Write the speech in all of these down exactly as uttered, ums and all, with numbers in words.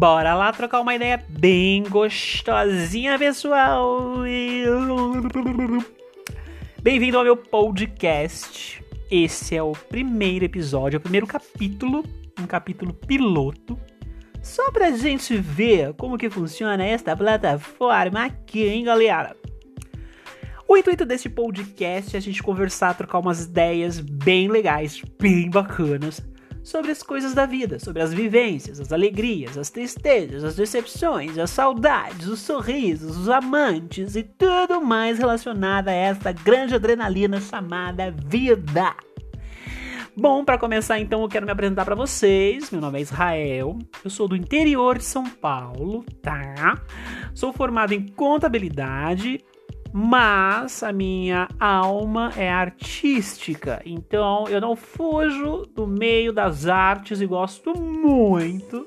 Bora lá trocar uma ideia bem gostosinha, pessoal! Bem-vindo ao meu podcast. Esse é o primeiro episódio, é o primeiro capítulo, um capítulo piloto, só pra gente ver como que funciona esta plataforma aqui, hein, galera? O intuito desse podcast é a gente conversar, trocar umas ideias bem legais, bem bacanas, sobre as coisas da vida, sobre as vivências, as alegrias, as tristezas, as decepções, as saudades, os sorrisos, os amantes e tudo mais relacionado a esta grande adrenalina chamada vida. Bom, para começar então eu quero me apresentar para vocês. Meu nome é Israel, eu sou do interior de São Paulo, tá? Sou formado em contabilidade, mas a minha alma é artística, então eu não fujo do meio das artes e gosto muito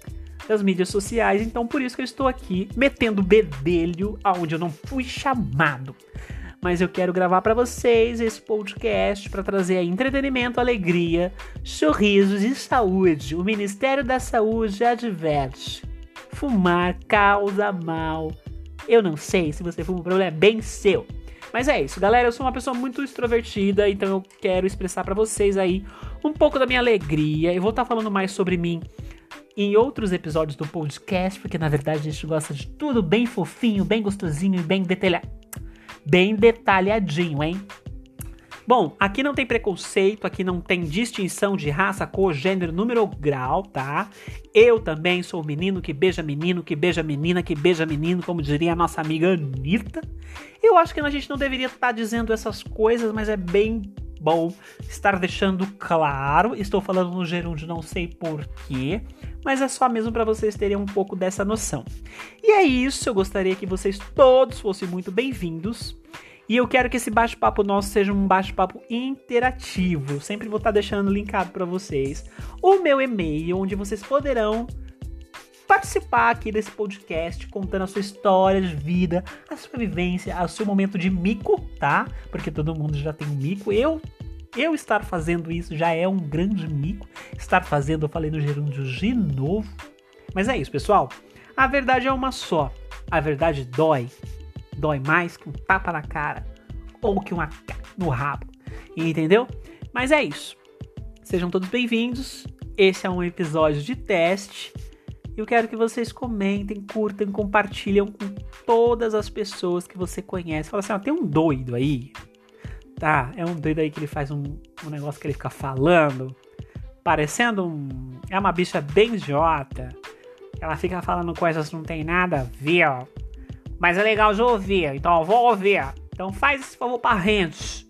das mídias sociais, então por isso que eu estou aqui metendo bedelho aonde eu não fui chamado. Mas eu quero gravar para vocês esse podcast para trazer aí entretenimento, alegria, sorrisos e saúde. O Ministério da Saúde adverte: fumar causa mal. Eu não sei se você fuma, o problema é bem seu. Mas é isso, galera. Eu sou uma pessoa muito extrovertida, então eu quero expressar pra vocês aí um pouco da minha alegria. Eu vou estar falando mais sobre mim em outros episódios do podcast, porque na verdade a gente gosta de tudo bem fofinho, bem gostosinho e bem detalha... bem detalhadinho, hein? Bom, aqui não tem preconceito, aqui não tem distinção de raça, cor, gênero, número ou grau, tá? Eu também sou o menino que beija menino, que beija menina, que beija menino, como diria a nossa amiga Anitta. Eu acho que a gente não deveria estar dizendo essas coisas, mas é bem bom estar deixando claro. Estou falando no gerúndio, não sei porquê, mas é só mesmo para vocês terem um pouco dessa noção. E é isso, eu gostaria que vocês todos fossem muito bem-vindos. E eu quero que esse bate-papo nosso seja um bate-papo interativo. Eu sempre vou estar deixando linkado para vocês o meu e-mail, onde vocês poderão participar aqui desse podcast, contando a sua história de vida, a sua vivência, o seu momento de mico, tá? Porque todo mundo já tem um mico. Eu, eu estar fazendo isso já é um grande mico. Estar fazendo, eu falei no gerúndio de novo. Mas é isso, pessoal. A verdade é uma só. A verdade dói. Dói mais que um tapa na cara ou que uma no rabo, entendeu? Mas é isso. Sejam todos bem-vindos. Esse é um episódio de teste. Eu quero que vocês comentem, curtam, compartilhem com todas as pessoas que você conhece. Fala assim, ó, tem um doido aí, tá? É um doido aí que ele faz um, um negócio que ele fica falando, parecendo um... É uma bicha bem idiota. Ela fica falando coisas que não tem nada a ver, ó. Mas é legal de ouvir, então eu vou ouvir. Então faz esse favor pra gente.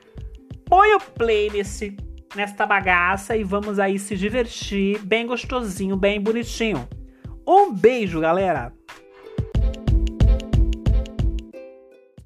Põe o play nesse, nesta bagaça e vamos aí se divertir bem gostosinho, bem bonitinho. Um beijo, galera!